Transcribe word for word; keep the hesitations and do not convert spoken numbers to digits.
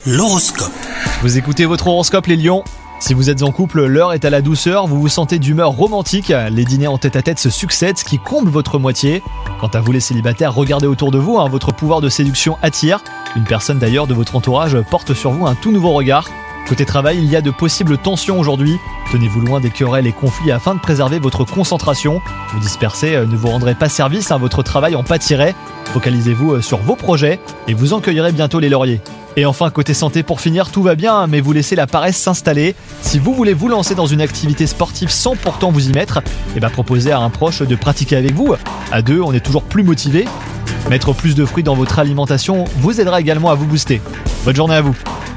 L'horoscope. Vous écoutez votre horoscope les lions. Si vous êtes en couple, l'heure est à la douceur, vous vous sentez d'humeur romantique, les dîners en tête-à-tête se succèdent, ce qui comble votre moitié. Quant à vous les célibataires, regardez autour de vous, hein, votre pouvoir de séduction attire. Une personne d'ailleurs de votre entourage porte sur vous un tout nouveau regard. Côté travail, il y a de possibles tensions aujourd'hui. Tenez-vous loin des querelles et conflits afin de préserver votre concentration. Vous disperser ne vous rendrez pas service, hein, votre travail en pâtirait. Focalisez-vous sur vos projets et vous en cueillerez bientôt les lauriers. Et enfin, côté santé, pour finir, tout va bien, mais vous laissez la paresse s'installer. Si vous voulez vous lancer dans une activité sportive sans pourtant vous y mettre, eh ben proposez à un proche de pratiquer avec vous. À deux, on est toujours plus motivé. Mettre plus de fruits dans votre alimentation vous aidera également à vous booster. Bonne journée à vous.